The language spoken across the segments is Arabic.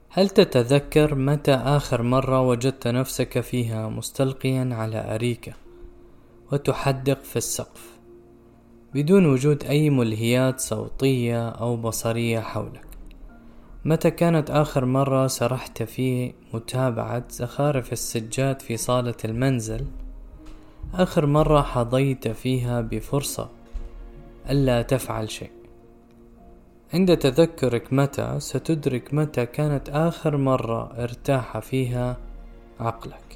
هل تتذكر متى آخر مرة وجدت نفسك فيها مستلقيا على أريكة وتحدق في السقف بدون وجود أي ملهيات صوتية أو بصرية حولك؟ متى كانت آخر مرة سرحت في متابعة زخارف السجاد في صالة المنزل؟ آخر مرة حظيت فيها بفرصة ألا تفعل شيء. عند تذكرك متى ستدرك متى كانت آخر مرة ارتاح فيها عقلك.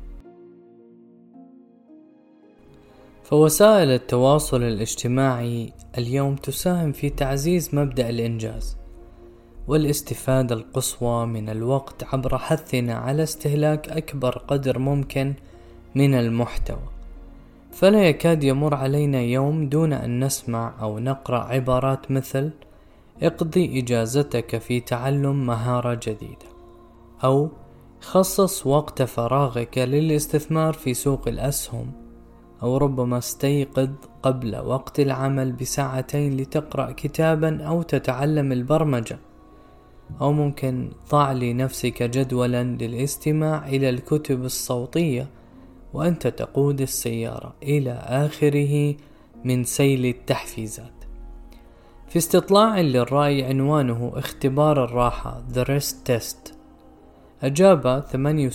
فوسائل التواصل الاجتماعي اليوم تساهم في تعزيز مبدأ الإنجاز والاستفادة القصوى من الوقت عبر حثنا على استهلاك أكبر قدر ممكن من المحتوى. فلا يكاد يمر علينا يوم دون أن نسمع أو نقرأ عبارات مثل اقضي إجازتك في تعلم مهارة جديدة، أو خصص وقت فراغك للاستثمار في سوق الأسهم، أو ربما استيقظ قبل وقت العمل بساعتين لتقرأ كتابا أو تتعلم البرمجة، أو ممكن ضع لنفسك جدولا للاستماع إلى الكتب الصوتية وأنت تقود السيارة إلى آخره من سيل التحفيزات. في استطلاع للرأي عنوانه اختبار الراحة The Rest Test، أجاب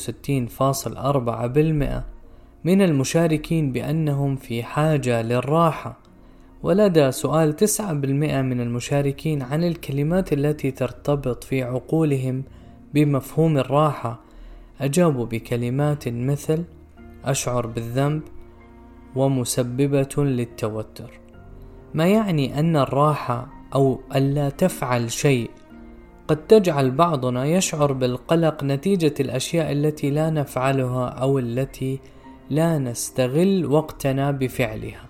68.4% من المشاركين بأنهم في حاجة للراحة، ولدى سؤال 9% من المشاركين عن الكلمات التي ترتبط في عقولهم بمفهوم الراحة، أجابوا بكلمات مثل أشعر بالذنب ومسببة للتوتر، ما يعني أن الراحة أو ألا تفعل شيء قد تجعل بعضنا يشعر بالقلق نتيجة الأشياء التي لا نفعلها أو التي لا نستغل وقتنا بفعلها.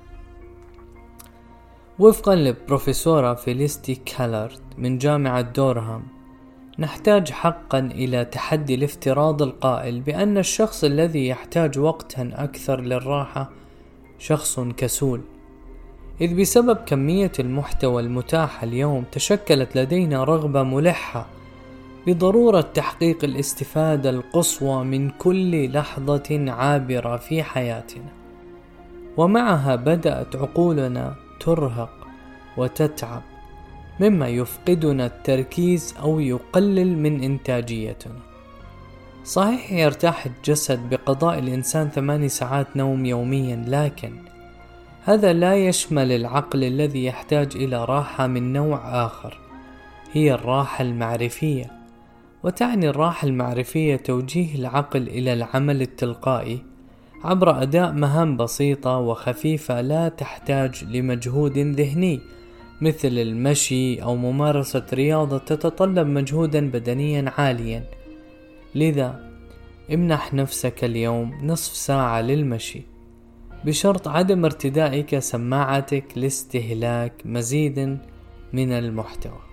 وفقا لبروفيسورة فيليستي كالارد من جامعة دورهام، نحتاج حقا إلى تحدي الافتراض القائل بأن الشخص الذي يحتاج وقتا أكثر للراحة شخص كسول، إذ بسبب كمية المحتوى المتاح اليوم تشكلت لدينا رغبة ملحة بضرورة تحقيق الاستفادة القصوى من كل لحظة عابرة في حياتنا، ومعها بدأت عقولنا ترهق وتتعب، مما يفقدنا التركيز أو يقلل من إنتاجيتنا. صحيح يرتاح الجسد بقضاء الإنسان 8 ساعات نوم يوميا، لكن هذا لا يشمل العقل الذي يحتاج إلى راحة من نوع آخر، هي الراحة المعرفية. وتعني الراحة المعرفية توجيه العقل إلى العمل التلقائي عبر أداء مهام بسيطة وخفيفة لا تحتاج لمجهود ذهني، مثل المشي أو ممارسة رياضة تتطلب مجهودا بدنيا عاليا. لذا امنح نفسك اليوم نصف ساعة للمشي، بشرط عدم ارتدائك سماعتك لاستهلاك مزيد من المحتوى.